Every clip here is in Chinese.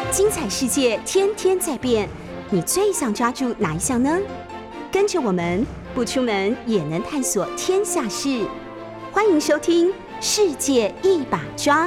精彩世界天天在变，你最想抓住哪一项呢？跟着我们不出门也能探索天下事，欢迎收听《世界一把抓》。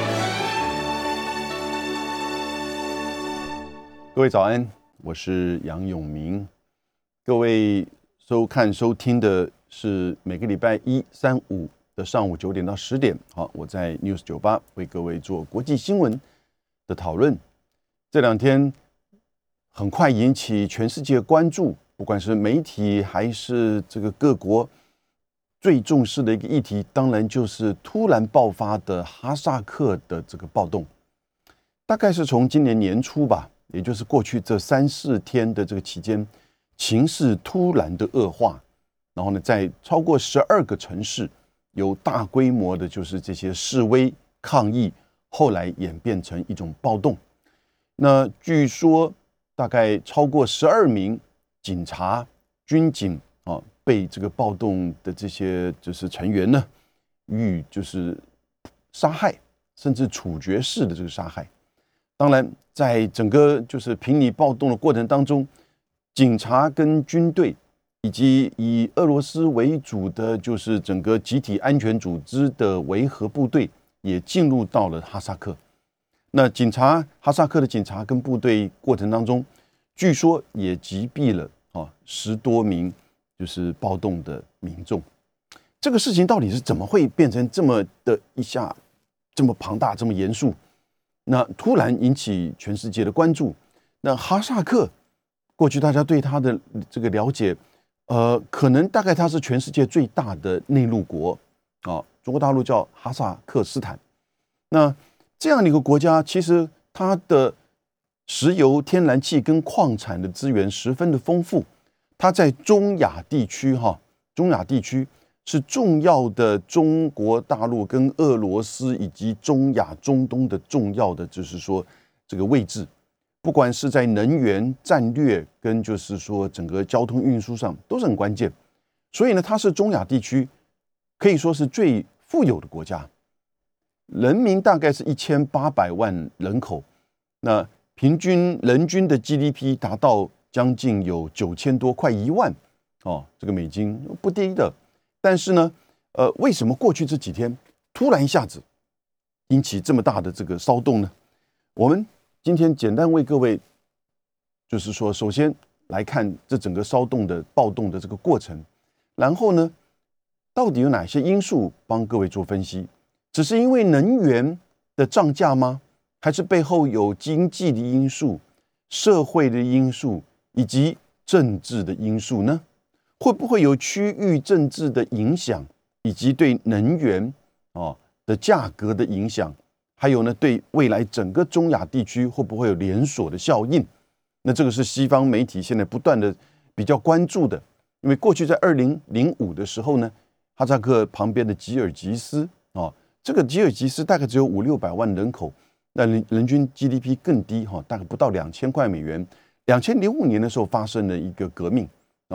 各位早安，我是杨永明。各位收看收听的是每个礼拜一、三、五的上午9点到10点。好，我在 News 98为各位做国际新闻的讨论。这两天很快引起全世界关注，不管是媒体还是这个各国最重视的一个议题，当然就是突然爆发的哈萨克的这个暴动。大概是从今年年初吧，也就是过去这3、4天的这个期间，情势突然的恶化，然后呢，在超过12个城市有大规模的就是这些示威抗议，后来演变成一种暴动。那据说大概超过12名警察、军警被这个暴动的这些就是成员呢，予以就是杀害，甚至处决式的这个杀害。当然，在整个就是平逆暴动的过程当中，警察跟军队以及以俄罗斯为主的就是整个集体安全组织的维和部队也进入到了哈萨克。那哈萨克的警察跟部队过程当中，据说也击毙了10多名就是暴动的民众。这个事情到底是怎么会变成这么的一下这么庞大、这么严肃？那突然引起全世界的关注。那哈萨克过去大家对他的这个了解，可能大概它是全世界最大的内陆国中国大陆叫哈萨克斯坦。那这样的一个国家，其实它的石油、天然气跟矿产的资源十分的丰富。它在中亚地区是重要的中国大陆跟俄罗斯以及中亚、中东的重要的就是说这个位置，不管是在能源战略跟就是说整个交通运输上都是很关键。所以呢，它是中亚地区可以说是最富有的国家。人民大概是1800万人口，那平均人均的 GDP 达到将近有9000多，快1万这个美金，不低的。但是呢，为什么过去这几天突然一下子引起这么大的这个骚动呢？我们今天简单为各位，就是说，首先来看这整个骚动的暴动的这个过程，然后呢，到底有哪些因素帮各位做分析？只是因为能源的涨价吗？还是背后有经济的因素、社会的因素以及政治的因素呢？会不会有区域政治的影响，以及对能源的价格的影响？还有呢，对未来整个中亚地区会不会有连锁的效应？那这个是西方媒体现在不断的比较关注的。因为过去在2005的时候呢，哈萨克旁边的吉尔吉斯这个吉尔吉斯大概只有500-600万人口，那人均 GDP 更低大概不到2000块美元。2005年的时候发生了一个革命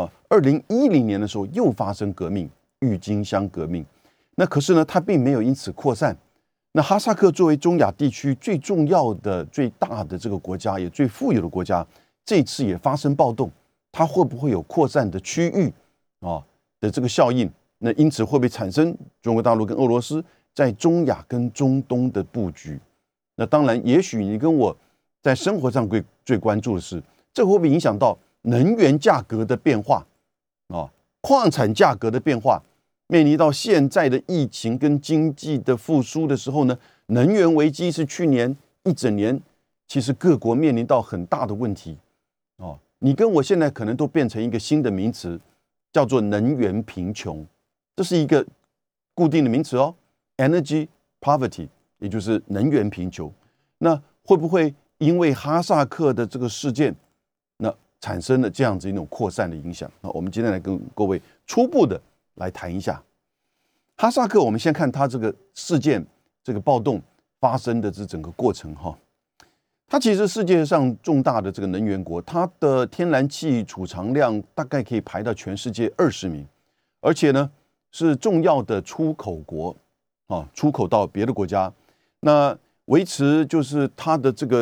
2010年的时候又发生革命，郁金香革命。那可是呢，它并没有因此扩散。那哈萨克作为中亚地区最重要的、最大的这个国家，也最富有的国家，这次也发生暴动，它会不会有扩散的区域的这个效应？那因此会不会产生中国大陆跟俄罗斯在中亚跟中东的布局？那当然，也许你跟我在生活上最关注的是，这会不会影响到能源价格的变化矿产价格的变化？面临到现在的疫情跟经济的复苏的时候呢，能源危机是去年一整年其实各国面临到很大的问题你跟我现在可能都变成一个新的名词，叫做能源贫穷。这是一个固定的名词Energy poverty， 也就是能源贫穷。那会不会因为哈萨克的这个事件，那产生了这样子一种扩散的影响？我们今天来跟各位初步的来谈一下哈萨克。我们先看它这个事件，这个暴动发生的这整个过程它其实世界上重大的这个能源国，它的天然气储藏量大概可以排到全世界20名，而且呢是重要的出口国出口到别的国家。那维持就是它的这个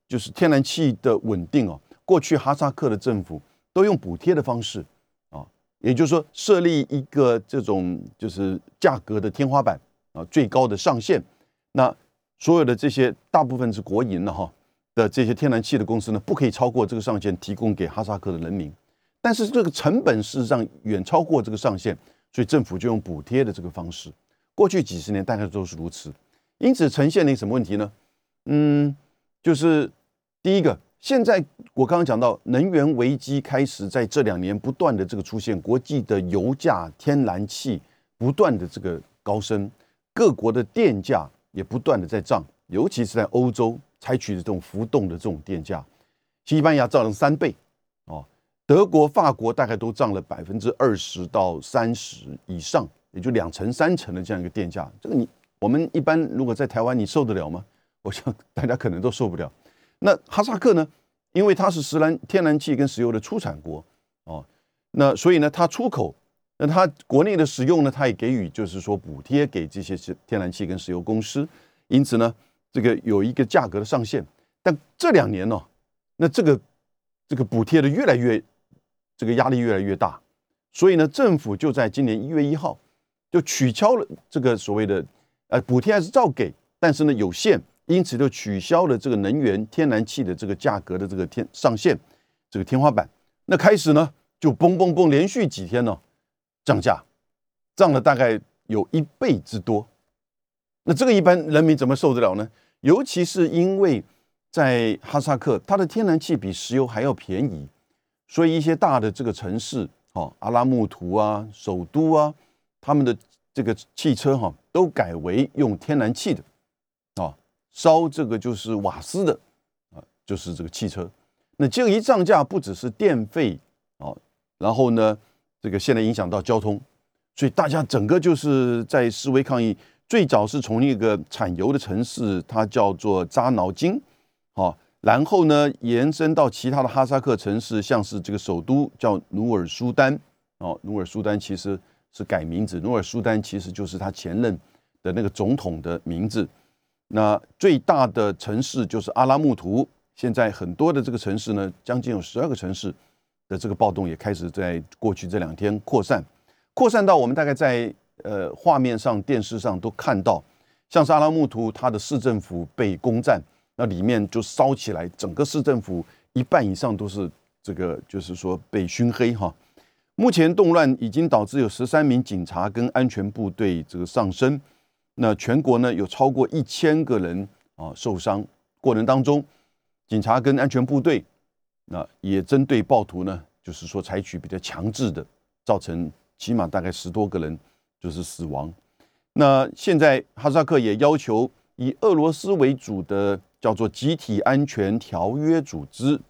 就是天然气的稳定哦，过去哈萨克的政府都用补贴的方式啊，也就是说设立一个这种就是价格的天花板啊，最高的上限。那所有的这些大部分是国营的这些天然气的公司呢，不可以超过这个上限提供给哈萨克的人民。但是这个成本事实上远超过这个上限，所以政府就用补贴的这个方式。过去几十年大概都是如此，因此呈现了一个什么问题呢？就是第一个，现在我刚刚讲到能源危机开始在这2年不断的这个出现，国际的油价、天然气不断的这个高升，各国的电价也不断的在涨，尤其是在欧洲采取的这种浮动的这种电价，西班牙涨了3倍哦，德国、法国大概都涨了20%到30%以上，也就2成3成的这样一个电价，这个我们一般如果在台湾，你受得了吗？我想大家可能都受不了。那哈萨克呢？因为它是天然气跟石油的出产国哦，那所以呢，它出口，那它国内的使用呢，它也给予就是说补贴给这些天然气跟石油公司，因此呢，这个有一个价格的上限。但这2年呢，那这个补贴的这个压力越来越大，所以呢，政府就在今年1月1号就取消了这个所谓的补贴还是照给，但是呢有限。因此就取消了这个能源天然气的这个价格的这个上限，这个天花板。那开始呢就嘣，连续几天呢涨价，涨了大概有1倍之多。那这个一般人民怎么受得了呢？尤其是因为在哈萨克，它的天然气比石油还要便宜，所以一些大的这个城市，阿拉木图啊、首都啊，他们的这个汽车都改为用天然气的。烧这个就是瓦斯的就是这个汽车。那这个一涨价，不只是电费然后呢，这个现在影响到交通，所以大家整个就是在示威抗议。最早是从一个产油的城市，它叫做扎瑙金，然后呢延伸到其他的哈萨克城市，像是这个首都叫努尔苏丹努尔苏丹其实是改名字，努尔苏丹其实就是他前任的那个总统的名字。那最大的城市就是阿拉木图，现在很多的这个城市呢，将近有12个城市的这个暴动也开始在过去这2天扩散到我们大概在画面上、电视上都看到，像是阿拉木图，它的市政府被攻占，那里面就烧起来，整个市政府1半以上都是这个，就是说被熏黑目前动乱已经导致有13名警察跟安全部队这个丧生。那全国呢有超过1000个人受伤，过程当中，警察跟安全部队那也针对暴徒呢，就是说采取比较强制的，造成起码大概10多个人就是死亡。那现在哈萨克也要求以俄罗斯为主的叫做集体安全条约组织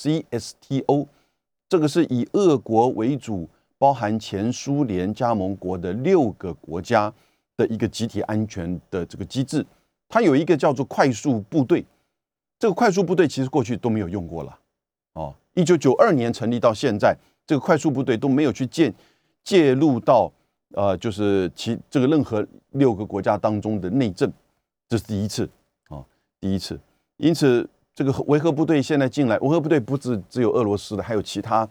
CSTO， 这个是以俄国为主，包含前苏联加盟国的6个国家的一个集体安全的这个机制。它有一个叫做快速部队，这个快速部队其实过去都没有用过了1992年成立到现在，这个快速部队都没有去介入到就是这个任何6个国家当中的内政，这是第一次第一次。因此这个维和部队现在进来，维和部队不只有俄罗斯的，还有其他的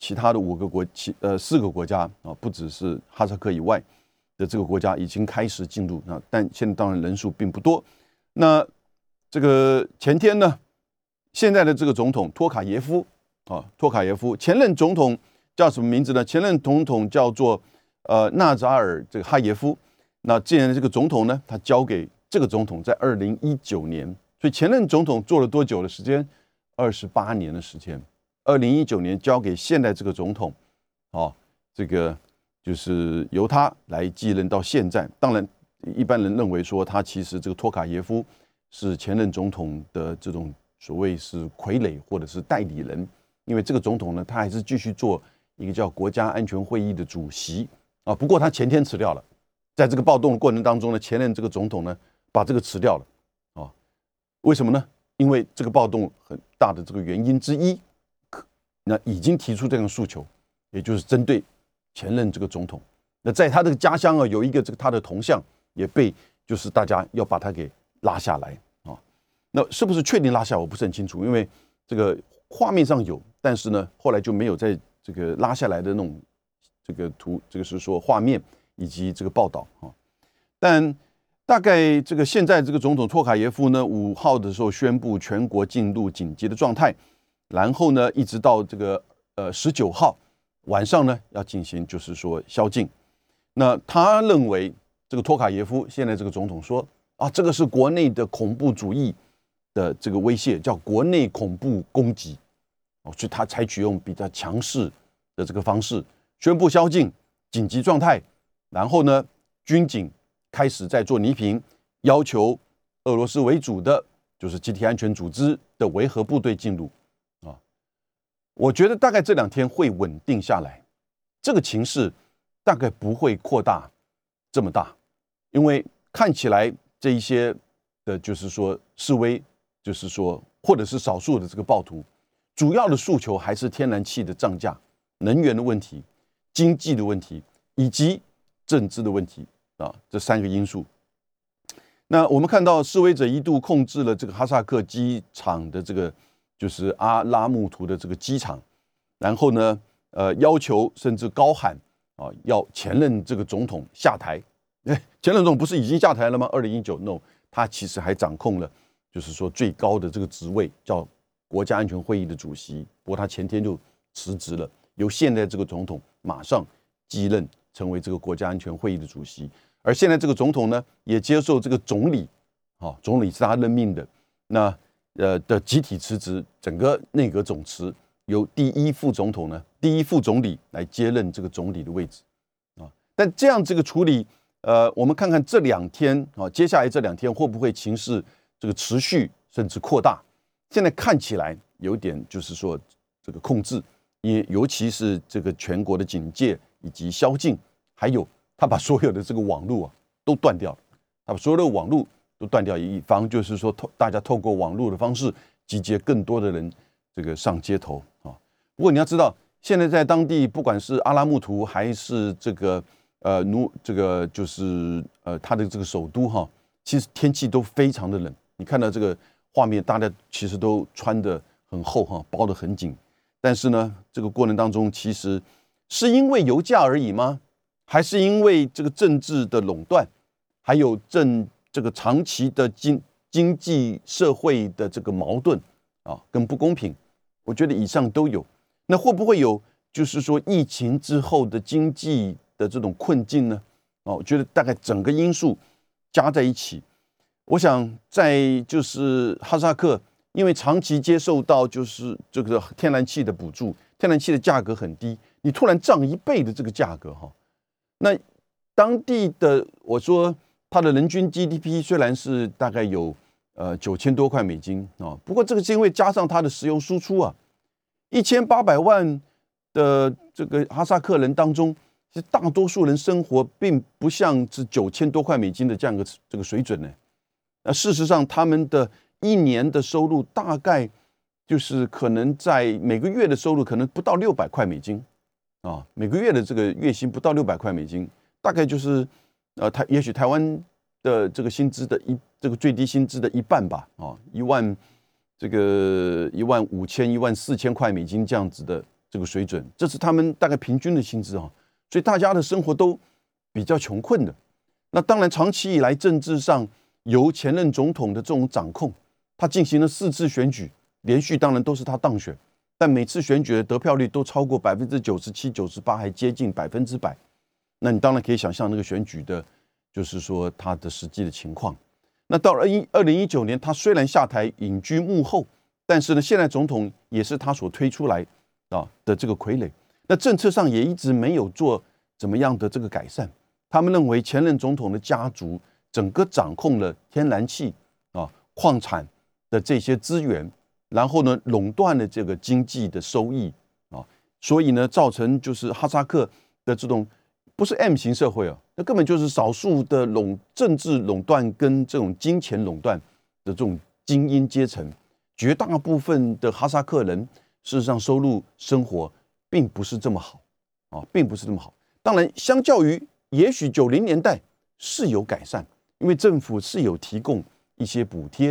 4个国家不只是哈萨克以外的这个国家已经开始进入但现在当然人数并不多。那这个前天呢，现在的这个总统托卡耶夫前任总统叫什么名字呢？前任总统叫做纳扎尔这个哈耶夫。那既然这个总统呢，他交给这个总统在2019年，所以前任总统做了多久的时间？28年的时间。2019年交给现在这个总统这个就是由他来继任到现在。当然一般人认为说他其实这个托卡耶夫是前任总统的这种所谓是傀儡或者是代理人，因为这个总统呢，他还是继续做一个叫国家安全会议的主席不过他前天辞掉了。在这个暴动的过程当中呢，前任这个总统呢把这个辞掉了为什么呢？因为这个暴动很大的这个原因之一，那已经提出这样的诉求，也就是针对前任这个总统。那在他的家乡有一个他的铜像也被就是大家要把他给拉下来那是不是确定拉下我不是很清楚，因为这个画面上有，但是呢后来就没有在这个拉下来的那种这个图，这个是说画面以及这个报道啊。但大概这个现在这个总统托卡耶夫呢，5号的时候宣布全国进入紧急的状态，然后呢一直到这个19号晚上呢要进行就是说宵禁。那他认为这个托卡耶夫现在这个总统说啊，这个是国内的恐怖主义的这个威胁，叫国内恐怖攻击，所以他采取用比较强势的这个方式宣布宵禁、紧急状态，然后呢，军警开始在做倪萍，要求俄罗斯为主的就是集体安全组织的维和部队进入啊。我觉得大概这2天会稳定下来，这个情势大概不会扩大这么大，因为看起来这一些的就是说示威，就是说或者是少数的这个暴徒，主要的诉求还是天然气的涨价、能源的问题、经济的问题以及政治的问题啊，这3个因素。那我们看到示威者一度控制了这个哈萨克机场的这个就是阿拉木图的这个机场，然后呢，要求甚至高喊啊，要前任这个总统下台。前任总统不是已经下台了吗？2019 no， 他其实还掌控了，就是说最高的这个职位叫国家安全会议的主席。不过他前天就辞职了，由现在这个总统马上继任，成为这个国家安全会议的主席。而现在这个总统呢，也接受这个总理，总理是他任命的，那的集体辞职，整个内阁总辞，由第一副总统呢，第一副总理来接任这个总理的位置啊。但这样这个处理，我们看看这2天啊，接下来这2天会不会情势这个持续甚至扩大？现在看起来有点就是说这个控制，尤其是这个全国的警戒以及宵禁，还有他把所有的这个网络啊都断掉了，他把所有的网络都断掉，以防就是说大家透过网络的方式集结更多的人这个上街头啊。不过你要知道，现在在当地不管是阿拉木图还是这个这个就是它的这个首都哈，其实天气都非常的冷。你看到这个画面，大家其实都穿得很厚哈，包得很紧。但是呢，这个过程当中，其实是因为油价而已吗？还是因为这个政治的垄断，还有这个长期的经济社会的这个矛盾啊，跟不公平？我觉得以上都有。那会不会有就是说疫情之后的经济的这种困境呢？我觉得大概整个因素加在一起，我想在就是哈萨克，因为长期接受到就是这个天然气的补助，天然气的价格很低，你突然涨1倍的这个价格哈，那当地的我说它的人均 GDP 虽然是大概有9000多块美金啊，不过这个是因为加上它的石油输出啊，1800万的这个哈萨克人当中，其实大多数人生活并不像是9000多块美金的这样的这个水准呢。事实上，他们的1年的收入大概就是可能在每个月的收入可能不到600块美金啊，每个月的这个月薪不到600块美金，大概就是也许台湾的这个薪资的这个最低薪资的一半吧啊，15000、14000块美金这样子的这个水准，这是他们大概平均的薪资啊，所以大家的生活都比较穷困的。那当然，长期以来政治上由前任总统的这种掌控，他进行了4次选举，连续当然都是他当选，但每次选举的得票率都超过97%、98%，还接近100%。那你当然可以想象那个选举的，就是说他的实际的情况。那到了2019年，他虽然下台隐居幕后，但是呢，现在总统也是他所推出来的这个傀儡。那政策上也一直没有做怎么样的这个改善。他们认为前任总统的家族整个掌控了天然气矿产的这些资源，然后呢垄断了这个经济的收益所以呢造成就是哈萨克的这种不是 M 型社会那根本就是少数的政治垄断跟这种金钱垄断的这种精英阶层，绝大部分的哈萨克人事实上收入生活并不是这么好并不是这么好。当然，相较于也许90年代是有改善，因为政府是有提供一些补贴，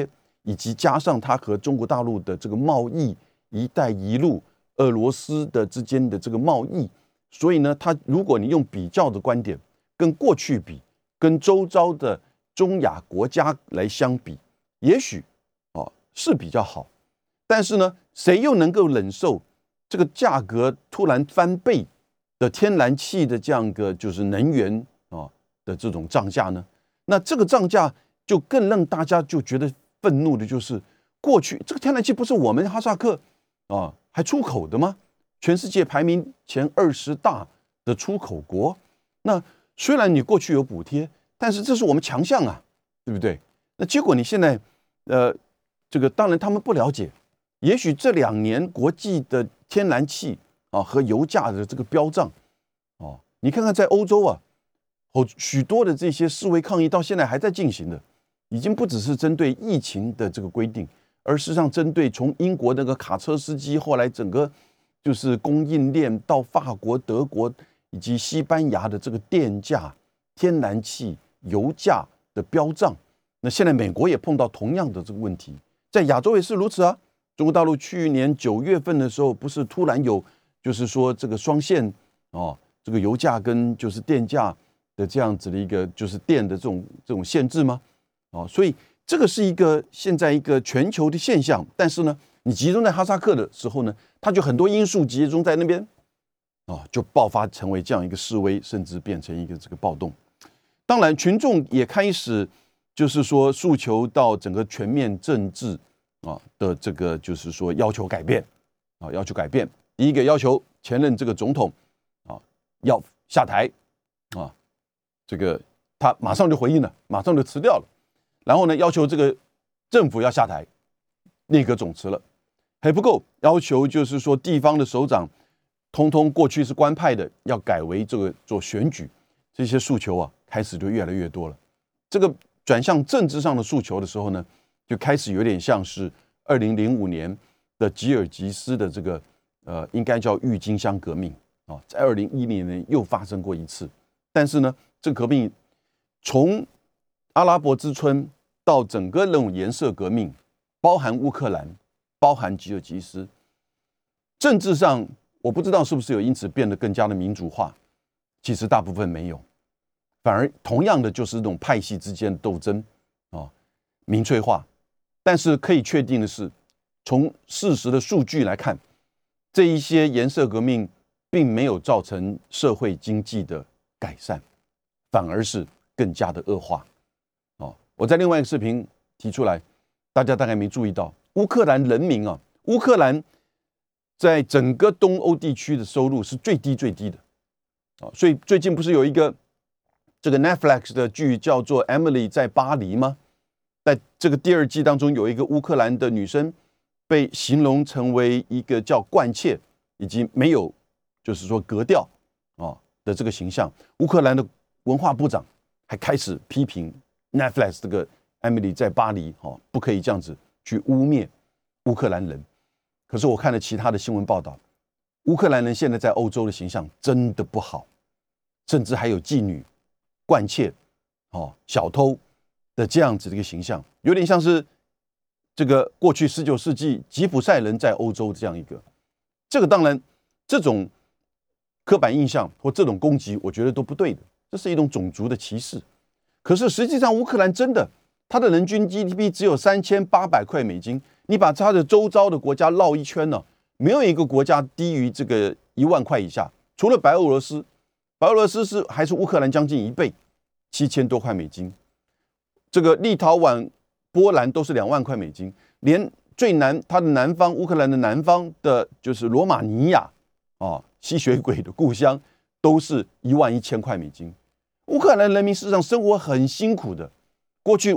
以及加上它和中国大陆的这个贸易“一带一路”、俄罗斯的之间的这个贸易，所以呢，如果你用比较的观点跟过去比，跟周遭的中亚国家来相比，也许是比较好，但是呢，谁又能够忍受这个价格突然翻倍的天然气的这样一个就是能源的这种涨价呢？那这个涨价就更让大家就觉得愤怒的就是，过去这个天然气不是我们哈萨克还出口的吗？全世界排名前20大的出口国，那虽然你过去有补贴，但是这是我们强项啊，对不对？那结果你现在这个当然他们不了解，也许这2年国际的天然气和油价的这个飙涨你看看在欧洲许多的这些示威抗议到现在还在进行的，已经不只是针对疫情的这个规定，而事实上针对从英国那个卡车司机，后来整个就是供应链到法国、德国以及西班牙的这个电价、天然气、油价的飙涨。那现在美国也碰到同样的这个问题，在亚洲也是如此啊。中国大陆去年9月份的时候，不是突然有就是说这个双线这个油价跟就是电价的这样子的一个就是电的这种限制吗？所以这个是现在一个全球的现象。但是呢，你集中在哈萨克的时候呢，它就很多因素集中在那边就爆发成为这样一个示威，甚至变成一个这个暴动。当然，群众也开始就是说诉求到整个全面政治的这个就是说要求改变要求改变。第一个要求前任这个总统要下台这个他马上就回应了，马上就辞掉了。然后呢，要求这个政府要下台，内阁总辞了，还不够，要求就是说地方的首长通通过去是官派的，要改为这个做选举。这些诉求开始就越来越多了。这个转向政治上的诉求的时候呢，就开始有点像是2005年的吉尔吉斯的这个应该叫郁金香革命在2010年又发生过一次。但是呢，这个革命从阿拉伯之春到整个那种颜色革命，包含乌克兰，包含吉尔吉斯，政治上我不知道是不是有因此变得更加的民主化，其实大部分没有，反而同样的就是这种派系之间的斗争民粹化。但是可以确定的是，从事实的数据来看，这一些颜色革命并没有造成社会经济的改善，反而是更加的恶化。我在另外一个视频提出来，大家大概没注意到，乌克兰人民乌克兰在整个东欧地区的收入是最低的所以最近不是有一个这个 Netflix 的剧叫做 Emily 在巴黎吗？在这个第2季当中，有一个乌克兰的女生被形容成为一个叫惯窃以及没有就是说格调的这个形象。乌克兰的文化部长还开始批评 Netflix 这个 Emily 在巴黎不可以这样子去污蔑乌克兰人。可是我看了其他的新闻报道，乌克兰人现在在欧洲的形象真的不好，甚至还有妓女、惯窃、小偷的这样子的一个形象，有点像是这个过去19世纪吉普赛人在欧洲这样一个。这个当然，这种刻板印象或这种攻击，我觉得都不对的，这是一种种族的歧视。可是实际上，乌克兰真的，它的人均 GDP 只有3800块美金，你把它的周遭的国家绕一圈没有一个国家低于这个1万块以下，除了白俄罗斯，白俄罗斯还是乌克兰将近1倍，7000多块美金。这个立陶宛、波兰都是2万块美金，连它的南方，乌克兰的南方的就是罗马尼亚吸血鬼的故乡，都是11000块美金。乌克兰人民事实上生活很辛苦的，过去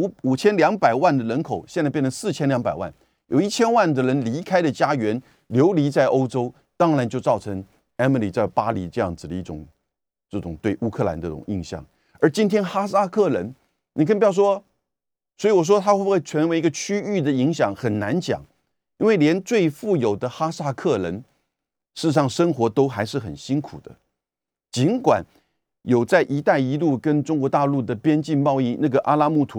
5200万的人口，现在变成4200万，有1000万的人离开了家园，流离在欧洲，当然就造成 Emily 在巴黎这样子的这种对乌克兰的这种印象。而今天哈萨克人，你更不要说，所以我说他会不会成为一个区域的影响很难讲，因为连最富有的哈萨克人，事实上生活都还是很辛苦的。尽管有在“一带一路”跟中国大陆的边境贸易，那个阿拉木图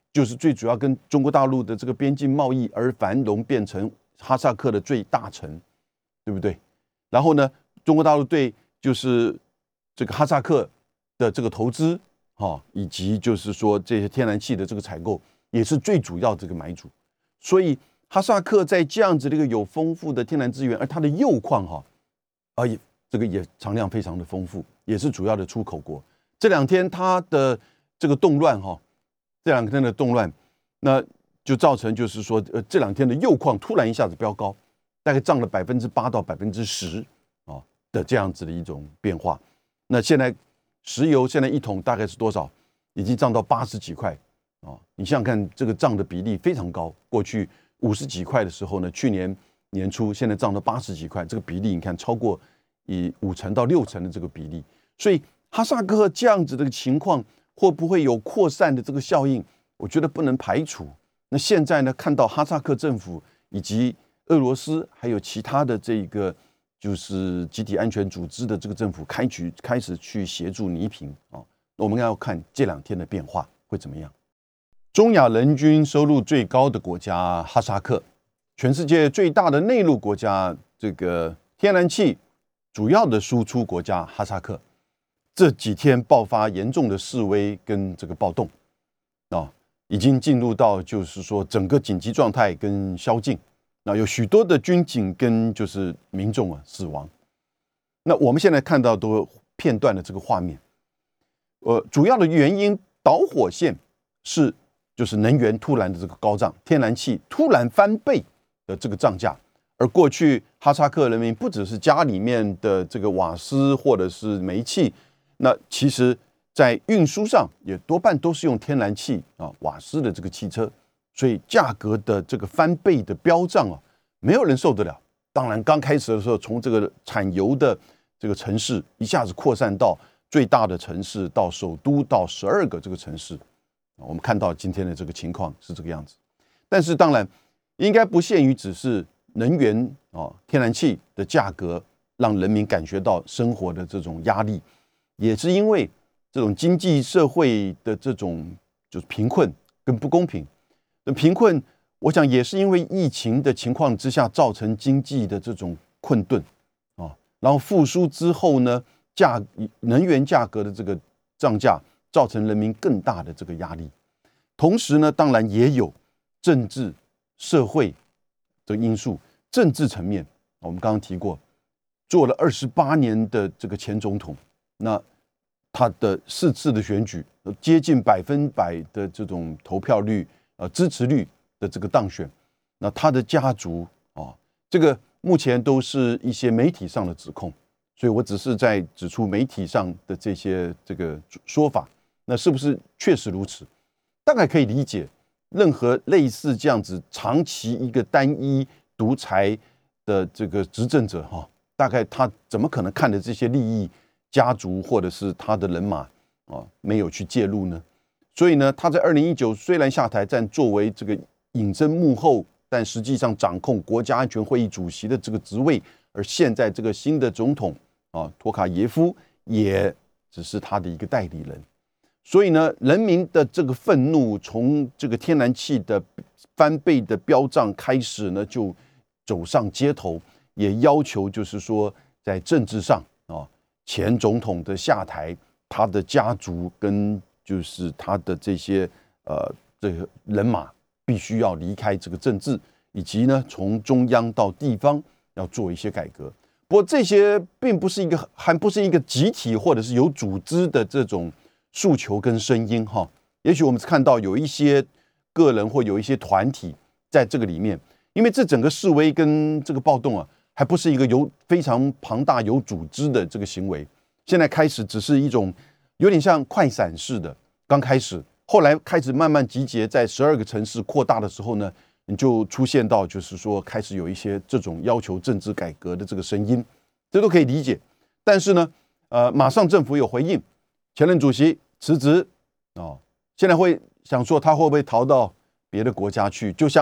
就是最主要跟中国大陆的这个边境贸易而繁荣，变成哈萨克的最大城，对不对？然后呢，中国大陆对就是这个哈萨克的这个投资，以及就是说这些天然气的这个采购，也是最主要这个买主。所以哈萨克在这样子的一个有丰富的天然资源，而它的铀矿这个也藏量非常的丰富，也是主要的出口国。这2天它的这个动乱这2天的动乱，那就造成就是说这2天的铀矿突然一下子飙高，大概涨了8%到10%的这样子的一种变化。那现在石油现在1桶大概是多少？已经涨到80几块你想想看，这个涨的比例非常高。过去50几块的时候呢，去年年初现在涨到80几块，这个比例你看超过以5%到6%的这个比例。所以哈萨克这样子的情况会不会有扩散的这个效应？我觉得不能排除。那现在呢，看到哈萨克政府以及俄罗斯还有其他的这个就是集体安全组织的这个政府开始去协助倪萍我们要看这2天的变化会怎么样。中亚人均收入最高的国家哈萨克，全世界最大的内陆国家，这个天然气主要的输出国家哈萨克，这几天爆发严重的示威跟这个暴动已经进入到就是说整个紧急状态跟宵禁。那有许多的军警跟就是民众死亡。那我们现在看到都片段的这个画面，主要的原因导火线是就是能源突然的这个高涨，天然气突然翻倍的这个涨价。而过去哈萨克人民不只是家里面的这个瓦斯或者是煤气，那其实在运输上也多半都是用天然气瓦斯的这个汽车，所以价格的这个翻倍的飙涨没有人受得了。当然刚开始的时候，从这个产油的这个城市一下子扩散到最大的城市，到首都，到12个这个城市。我们看到今天的这个情况是这个样子。但是当然应该不限于只是能源天然气的价格让人民感觉到生活的这种压力，也是因为这种经济社会的这种就是贫困跟不公平。贫困我想也是因为疫情的情况之下造成经济的这种困顿然后复苏之后呢，能源价格的这个涨价造成人民更大的这个压力。同时呢，当然也有政治社会的因素。政治层面我们刚刚提过，做了28年的这个前总统，那他的4次的选举接近100%的这种投票率支持率的这个当选，那他的家族这个目前都是一些媒体上的指控，所以我只是在指出媒体上的这些这个说法，那是不是确实如此？大概可以理解，任何类似这样子长期一个单一独裁的这个执政者大概他怎么可能看的这些利益家族或者是他的人马没有去介入呢？所以呢，他在2019虽然下台，但作为这个隐身幕后，但实际上掌控国家安全会议主席的这个职位，而现在这个新的总统托卡耶夫也只是他的一个代理人。所以呢，人民的这个愤怒从这个天然气的翻倍的飙涨开始呢，就走上街头，也要求就是说在政治上前总统的下台，他的家族跟就是他的这些这个人马必须要离开这个政治，以及呢从中央到地方要做一些改革。不过这些并不是一个，还不是一个集体或者是有组织的这种诉求跟声音也许我们看到有一些个人或有一些团体在这个里面，因为这整个示威跟这个暴动还不是一个有非常庞大有组织的这个行为，现在开始只是一种有点像快闪式的，刚开始，后来开始慢慢集结在12个城市扩大的时候呢，你就出现到就是说开始有一些这种要求政治改革的这个声音，这都可以理解。但是呢，马上政府有回应，前任主席辞职现在会想说他会不会逃到别的国家去，就像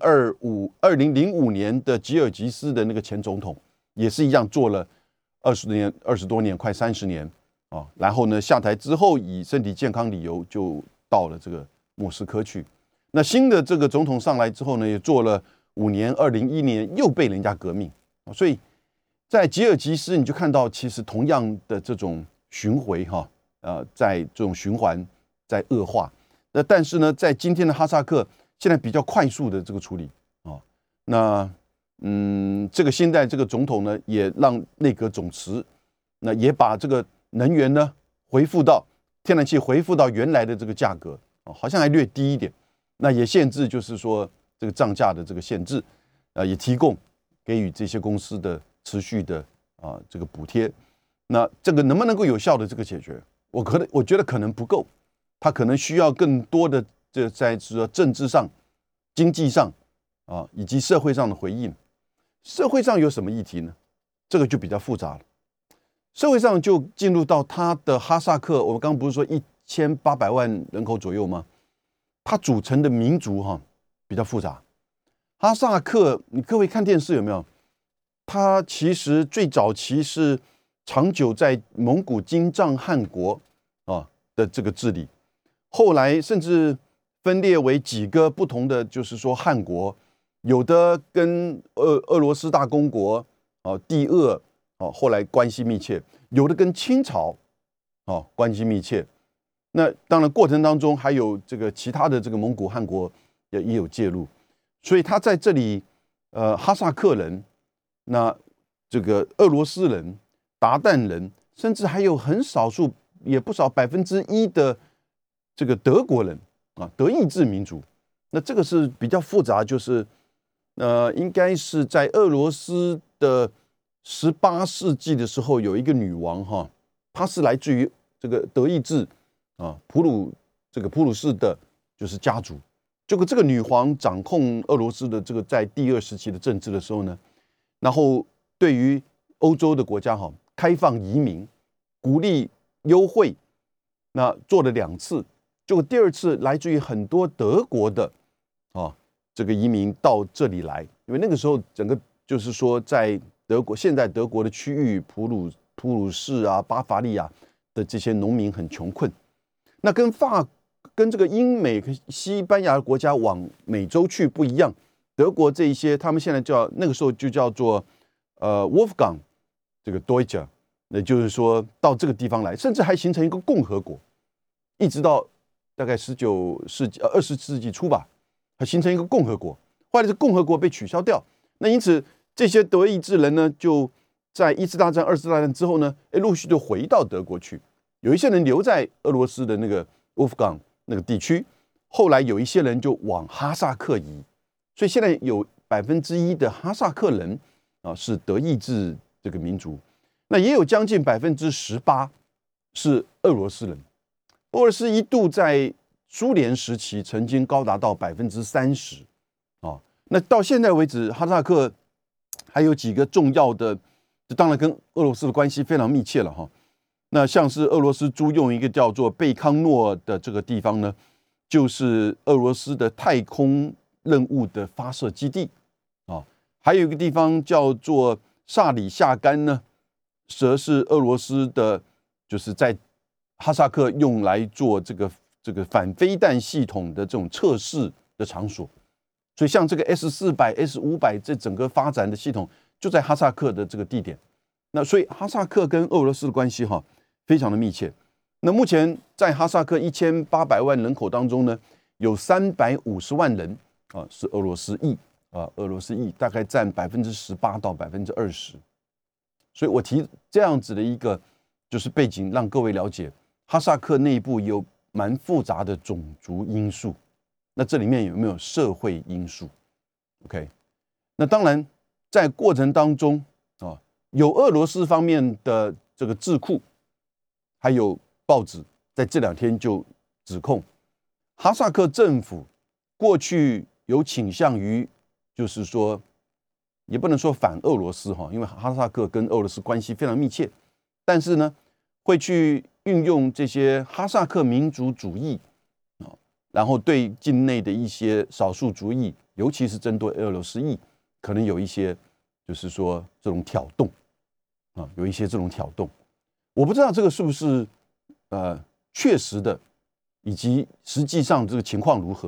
2005年的吉尔吉斯的那个前总统也是一样，做了20多年快30年然后呢下台之后以身体健康理由就到了这个莫斯科去。 那新的这个总统上来之后呢，也做了5年，2011年又被人家革命，所以在吉尔吉斯你就看到其实同样的这种巡回在这种循环在恶化。那但是呢，在今天的哈萨克现在比较快速的这个处理啊，那这个现在这个总统呢，也让内阁总辞，那也把这个能源呢恢复到天然气恢复到原来的这个价格好像还略低一点。那也限制就是说这个涨价的这个限制，也提供给予这些公司的持续的这个补贴。那这个能不能够有效的这个解决？我觉得可能不够。他可能需要更多的在说政治上、经济上以及社会上的回应。社会上有什么议题呢？这个就比较复杂了。社会上就进入到他的哈萨克，我们刚刚不是说1800万人口左右吗？它组成的民族比较复杂。哈萨克，你各位看电视有没有？它其实最早期是长久在蒙古金帐汗国的这个治理。后来甚至分裂为几个不同的，就是说汗国，有的跟俄罗斯大公国帝鄂后来关系密切，有的跟清朝关系密切。那当然过程当中还有这个其他的这个蒙古汗国也有介入，所以他在这里哈萨克人，那这个俄罗斯人、鞑靼人，甚至还有很少数也不少1%的这个德国人德意志民族。那这个是比较复杂，就是应该是在俄罗斯的18世纪的时候，有一个女王她是来自于这个德意志普鲁士的就是家族。结果这个女皇掌控俄罗斯的这个在第2时期的政治的时候呢，然后对于欧洲的国家开放移民，鼓励优惠，那做了2次。结果第2次来自于很多德国的这个移民到这里来，因为那个时候整个就是说在德国现在德国的区域普鲁士巴伐利亚的这些农民很穷困。那跟这个英美西班牙国家往美洲去不一样，德国这一些他们现在那个时候就叫做Wolfgang 这个 Deutsche， 那就是说到这个地方来，甚至还形成一个共和国，一直到大概19世纪20世纪初吧，它形成一个共和国。后来这共和国被取消掉，那因此这些德意志人呢，就在1次大战、2次大战之后呢，陆续就回到德国去。有一些人留在俄罗斯的那个Wolfgang那个地区，后来有一些人就往哈萨克移，所以现在有1%的哈萨克人是德意志这个民族，那也有将近18%是俄罗斯人。俄罗斯一度在苏联时期曾经高达到30%那到现在为止，哈萨克还有几个重要的，当然跟俄罗斯的关系非常密切了那像是俄罗斯租用一个叫做贝康诺的这个地方呢，就是俄罗斯的太空任务的发射基地还有一个地方叫做萨里夏干呢，则是俄罗斯的，就是在哈萨克用来做这个反飞弹系统的这种测试的场所。所以像这个 S400、S500 这整个发展的系统就在哈萨克的这个地点。那所以哈萨克跟俄罗斯的关系非常的密切。那目前在哈萨克1800万人口当中呢，有350万人是俄罗斯裔俄罗斯裔大概占18%到20%。所以我提这样子的一个就是背景，让各位了解哈萨克内部有蛮复杂的种族因素。那这里面有没有社会因素 ？OK， 那当然在过程当中有俄罗斯方面的这个智库，还有报纸在这2天就指控哈萨克政府过去有倾向于，就是说也不能说反俄罗斯因为哈萨克跟俄罗斯关系非常密切，但是呢会去运用这些哈萨克民族主义然后对境内的一些少数族裔，尤其是针对俄罗斯裔，可能有一些就是说这种挑动有一些这种挑动。我不知道这个是不是确实的，以及实际上这个情况如何。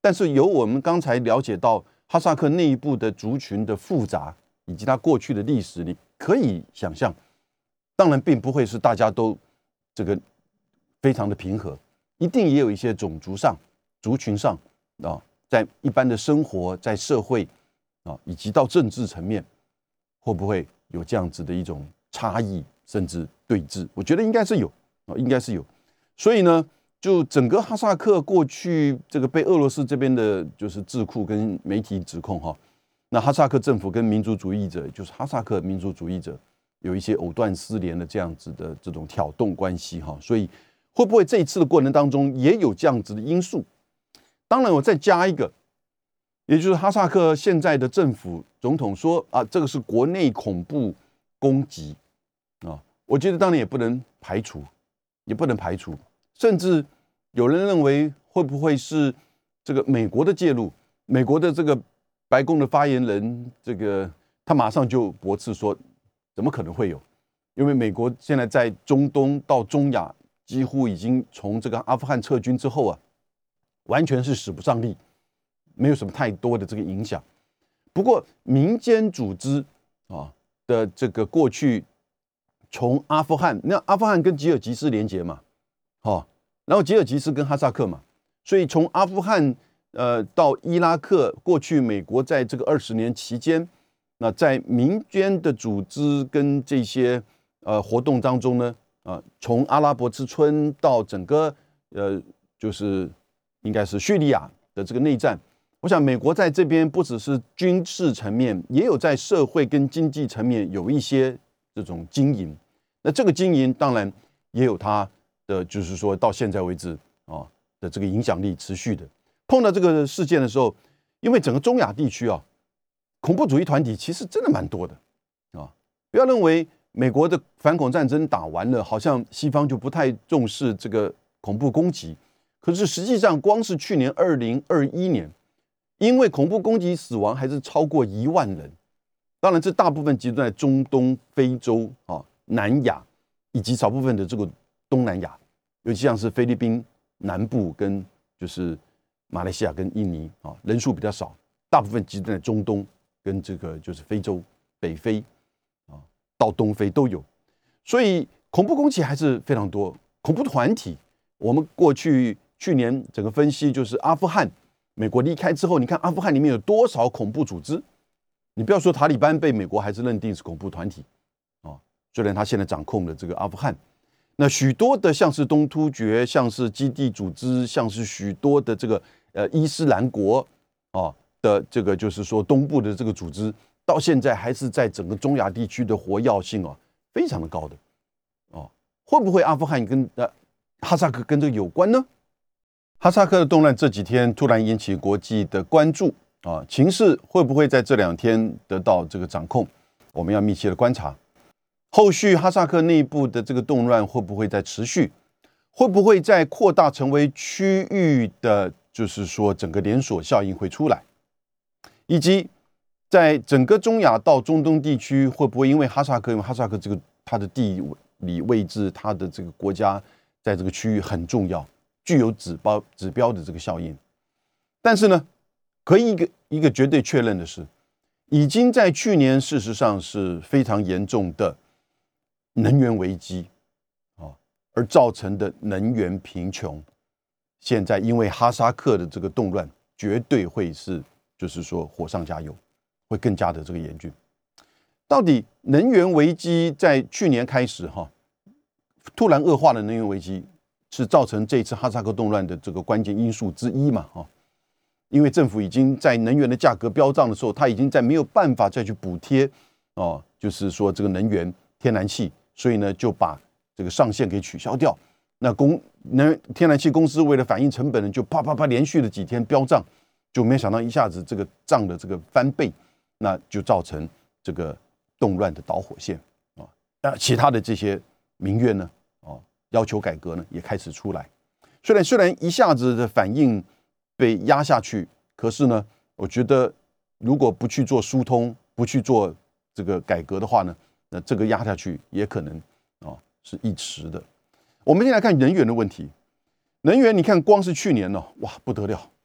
但是由我们刚才了解到哈萨克内部的族群的复杂，以及它过去的历史，你可以想象，当然并不会是大家都这个非常的平和，一定也有一些种族上、族群上啊，在一般的生活、在社会啊，以及到政治层面，会不会有这样子的一种差异，甚至对峙？我觉得应该是有啊，应该是有。所以呢，就整个哈萨克过去这个被俄罗斯这边的就是智库跟媒体指控哈，那哈萨克政府跟民族主义者，就是哈萨克民族主义者有一些藕断丝连的这样子的这种挑动关系哈，所以会不会这一次的过程当中也有这样子的因素？当然，我再加一个，也就是哈萨克现在的政府总统说啊，这个是国内恐怖攻击啊，我觉得当然也不能排除。甚至有人认为会不会是这个美国的介入？美国的这个白宫的发言人，这个他马上就驳斥说，怎么可能会有？因为美国现在在中东到中亚，几乎已经从这个阿富汗撤军之后啊，完全是使不上力，没有什么太多的这个影响。不过民间组织啊的这个过去。从阿富汗，那阿富汗跟吉尔吉斯连结嘛，然后吉尔吉斯跟哈萨克嘛，所以从阿富汗到伊拉克，过去美国在这个20年期间，那在民间的组织跟这些活动当中呢，从阿拉伯之春到整个就是应该是叙利亚的这个内战，我想美国在这边不只是军事层面，也有在社会跟经济层面有一些这种经营。那这个经营当然也有它的，就是说到现在为止啊的这个影响力持续的。碰到这个事件的时候，因为整个中亚地区啊，恐怖主义团体其实真的蛮多的啊。不要认为美国的反恐战争打完了，好像西方就不太重视这个恐怖攻击。可是实际上，光是去年2021年，因为恐怖攻击死亡还是超过1万人。当然，这大部分集中在中东、非洲啊。南亚以及少部分的这个东南亚，尤其像是菲律宾南部跟就是马来西亚跟印尼啊，人数比较少，大部分集中在中东跟这个就是非洲、北非啊到东非都有，所以恐怖攻击还是非常多。恐怖团体，我们去年整个分析就是阿富汗，美国离开之后，你看阿富汗里面有多少恐怖组织？你不要说塔利班被美国还是认定是恐怖团体。虽然他现在掌控了这个阿富汗，那许多的像是东突厥，像是基地组织，像是许多的这个伊斯兰国的这个就是说东部的这个组织，到现在还是在整个中亚地区的活跃性非常的高的会不会阿富汗跟哈萨克跟这个有关呢？哈萨克的动乱这几天突然引起国际的关注情势会不会在这2天得到这个掌控？我们要密切的观察。后续哈萨克内部的这个动乱会不会再持续？会不会再扩大成为区域的，就是说整个连锁效应会出来？以及在整个中亚到中东地区，会不会因为哈萨克这个它的地理位置，它的这个国家在这个区域很重要，具有指标的这个效应？但是呢，可以一个绝对确认的是，已经在去年事实上是非常严重的能源危机而造成的能源贫穷，现在因为哈萨克的这个动乱，绝对会是就是说火上加油，会更加的这个严峻。到底能源危机在去年开始突然恶化的能源危机，是造成这一次哈萨克动乱的这个关键因素之一嘛因为政府已经在能源的价格飙涨的时候，它已经在没有办法再去补贴就是说这个能源天然气。所以呢，就把这个上限给取消掉。那天然气公司为了反映成本呢，就啪连续的几天飙涨，就没想到一下子这个涨的这个翻倍，那就造成这个动乱的导火线那其他的这些民怨呢要求改革呢也开始出来。虽然一下子的反应被压下去，可是呢，我觉得如果不去做疏通，不去做这个改革的话呢，那这个压下去也可能是一时的。我们先来看能源的问题。能源，你看光是去年哇不得了，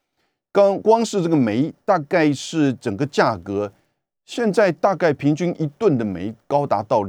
光是这个煤，大概是整个价格现在大概平均1吨的煤高达到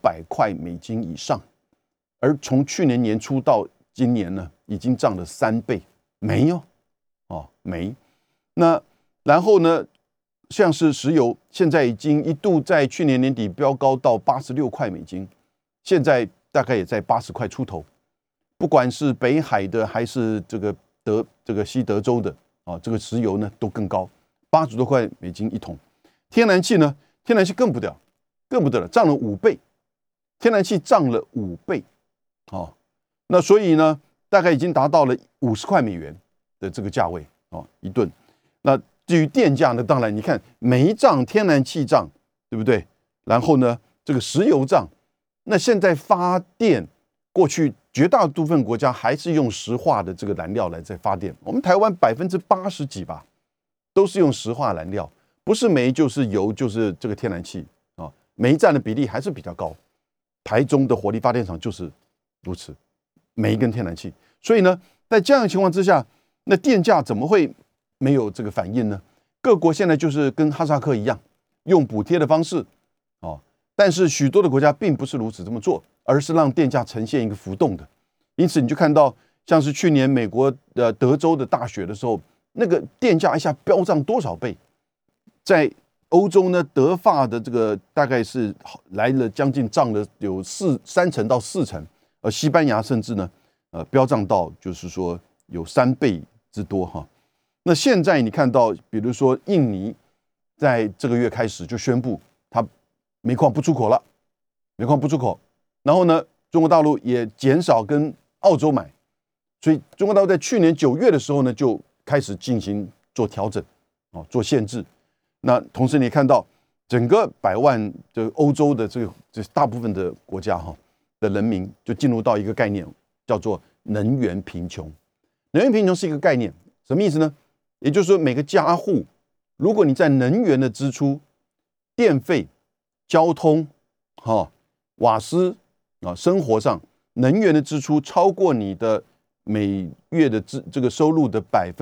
$200以上，而从去年年初到今年呢，已经涨了3倍。煤煤。那然后呢，像是石油，现在已经一度在去年年底飙高到$86，现在大概也在80块出头。不管是北海的还是这个西德州的这个石油呢，都更高，$80多一桶。天然气呢？天然气更不得了，涨了5倍，天然气涨了5倍，那所以呢，大概已经达到了$50的这个价位1吨。那至于电价呢，当然你看煤涨，天然气涨，对不对？然后呢，这个石油涨，那现在发电，过去绝大部分国家还是用石化的这个燃料来在发电，我们台湾80%几吧，都是用石化燃料，不是煤就是油就是这个天然气煤占的比例还是比较高。台中的火力发电厂就是如此，煤跟天然气。所以呢，在这样的情况之下，那电价怎么会没有这个反应呢？各国现在就是跟哈萨克一样，用补贴的方式但是许多的国家并不是如此这么做，而是让电价呈现一个浮动的。因此你就看到像是去年美国德州的大雪的时候，那个电价一下飙涨多少倍。在欧洲呢，德法的这个大概是来了将近涨了有3成到4成，而西班牙甚至呢飙涨到就是说有3倍之多哈。那现在你看到比如说印尼在这个月开始就宣布它煤矿不出口了，然后呢，中国大陆也减少跟澳洲买，所以中国大陆在去年9月的时候呢，就开始进行做调整做限制。那同时你看到整个100万的欧洲的这大部分的国家的人民就进入到一个概念，叫做能源贫穷。能源贫穷是一个概念，什么意思呢？也就是说，每个家户，如果你在能源的支出、电费、交通、瓦斯生活上能源的支出超过你的每月的这个收入的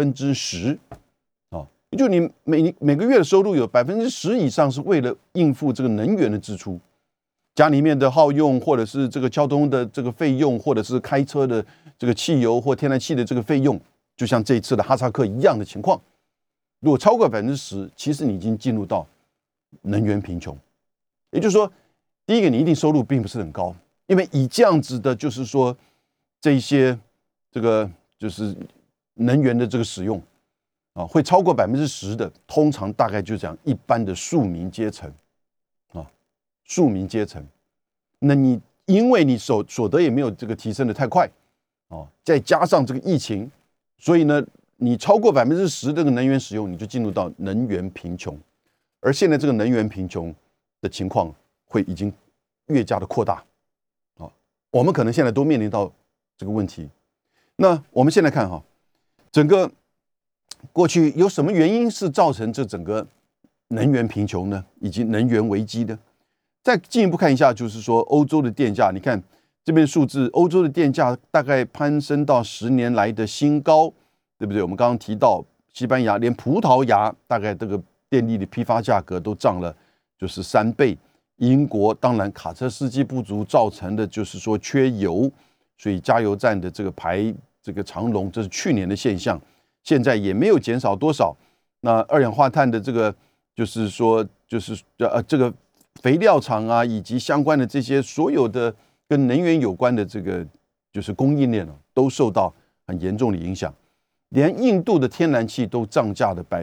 10%，也就你每个月的收入有10%以上是为了应付这个能源的支出，家里面的耗用，或者是这个交通的这个费用，或者是开车的这个汽油或天然气的这个费用，就像这一次的哈萨克一样的情况。如果超过10%，其实你已经进入到能源贫穷。也就是说，第一个你一定收入并不是很高，因为以这样子的，就是说这一些这个就是能源的这个使用会超过10%的，通常大概就讲一般的庶民阶层庶民阶层。那你因为你所得也没有这个提升的太快再加上这个疫情，所以呢，你超过10%这个能源使用，你就进入到能源贫穷。而现在这个能源贫穷的情况会已经越加的扩大我们可能现在都面临到这个问题。那我们现在看整个过去有什么原因是造成这整个能源贫穷呢，以及能源危机呢？再进一步看一下，就是说欧洲的电价，你看这边数字，欧洲的电价大概攀升到10年来的新高，对不对？我们刚刚提到西班牙，连葡萄牙大概这个电力的批发价格都涨了，就是3倍。英国当然卡车司机不足造成的就是说缺油，所以加油站的这个排这个长龙，这是去年的现象，现在也没有减少多少。那二氧化碳的这个就是说就是这个肥料厂以及相关的这些所有的跟能源有关的这个就是供应链都受到很严重的影响。连印度的天然气都涨价了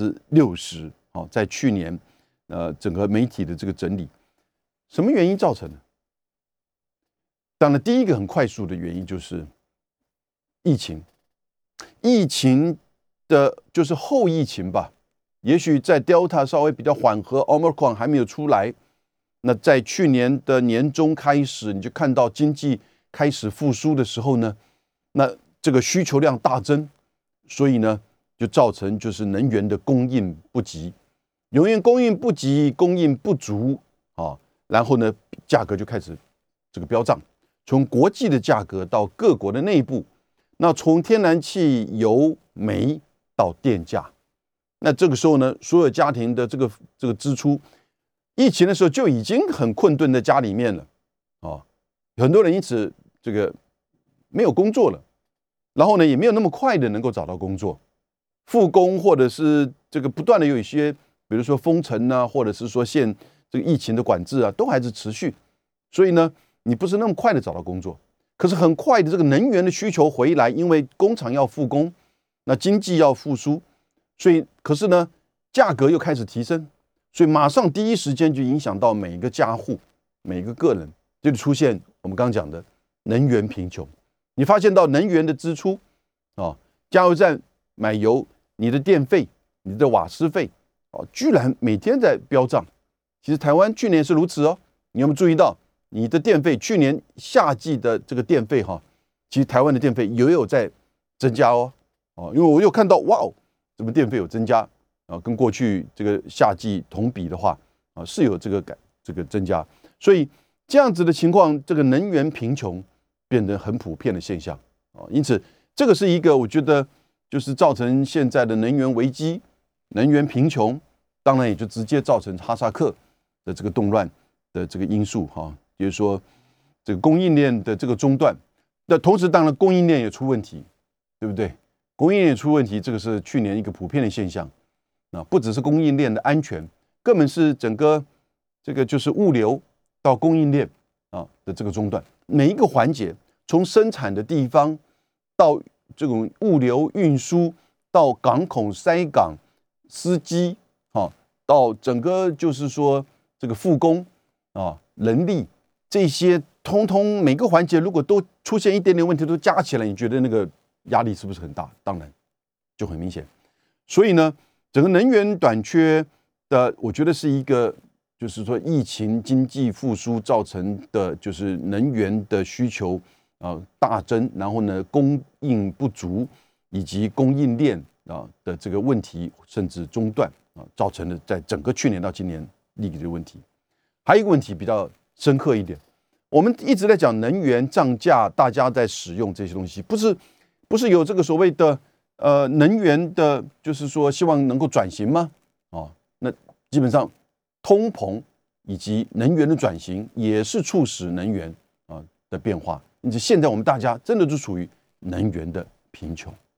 60%在去年整个媒体的这个整理。什么原因造成的？当然第一个很快速的原因就是疫情的就是后疫情吧，也许在 Delta 稍微比较缓和， Omicron 还没有出来，那在去年的年中开始，你就看到经济开始复苏的时候呢，那这个需求量大增，所以呢就造成就是能源的供应不及，能源供应不及，供应不足然后呢价格就开始这个飙涨，从国际的价格到各国的内部，那从天然气、油、煤到电价那这个时候呢，所有家庭的这个支出，疫情的时候就已经很困顿在家里面了，很多人因此这个没有工作了，然后呢也没有那么快的能够找到工作，复工或者是这个不断的有一些，比如说封城啊，或者是说这个疫情的管制啊，都还是持续，所以呢，你不是那么快的找到工作。可是很快的这个能源的需求回来，因为工厂要复工，那经济要复苏，所以可是呢，价格又开始提升，所以马上第一时间就影响到每一个家户、每一个个人，就出现我们刚刚讲的能源贫穷。你发现到能源的支出加油站买油，你的电费、你的瓦斯费居然每天在飙涨。其实台湾去年是如此哦，你有没有注意到？你的电费去年夏季的这个电费其实台湾的电费也有在增加因为我有看到哇怎么电费有增加跟过去这个夏季同比的话是有这个增加，所以这样子的情况，这个能源贫穷变得很普遍的现象因此这个是一个我觉得就是造成现在的能源危机、能源贫穷，当然也就直接造成哈萨克的这个动乱的这个因素就是说，这个供应链的这个中断，那同时当然供应链也出问题，对不对？供应链也出问题，这个是去年一个普遍的现象。不只是供应链的安全，根本是整个这个就是物流到供应链的这个中断，每一个环节，从生产的地方到这种物流运输，到港口塞港、司机到整个就是说这个复工人力。这些通通每个环节如果都出现一点点问题，都加起来，你觉得那个压力是不是很大？当然就很明显。所以呢，整个能源短缺的，我觉得是一个就是说疫情经济复苏造成的，就是能源的需求大增，然后呢供应不足以及供应链的这个问题甚至中断造成的在整个去年到今年立的问题。还有一个问题比较深刻一点，我们一直在讲能源涨价，大家在使用这些东西，不是有这个所谓的能源的，就是说希望能够转型吗？那基本上通膨以及能源的转型也是促使能源的变化，因此现在我们大家真的就处于能源的贫穷。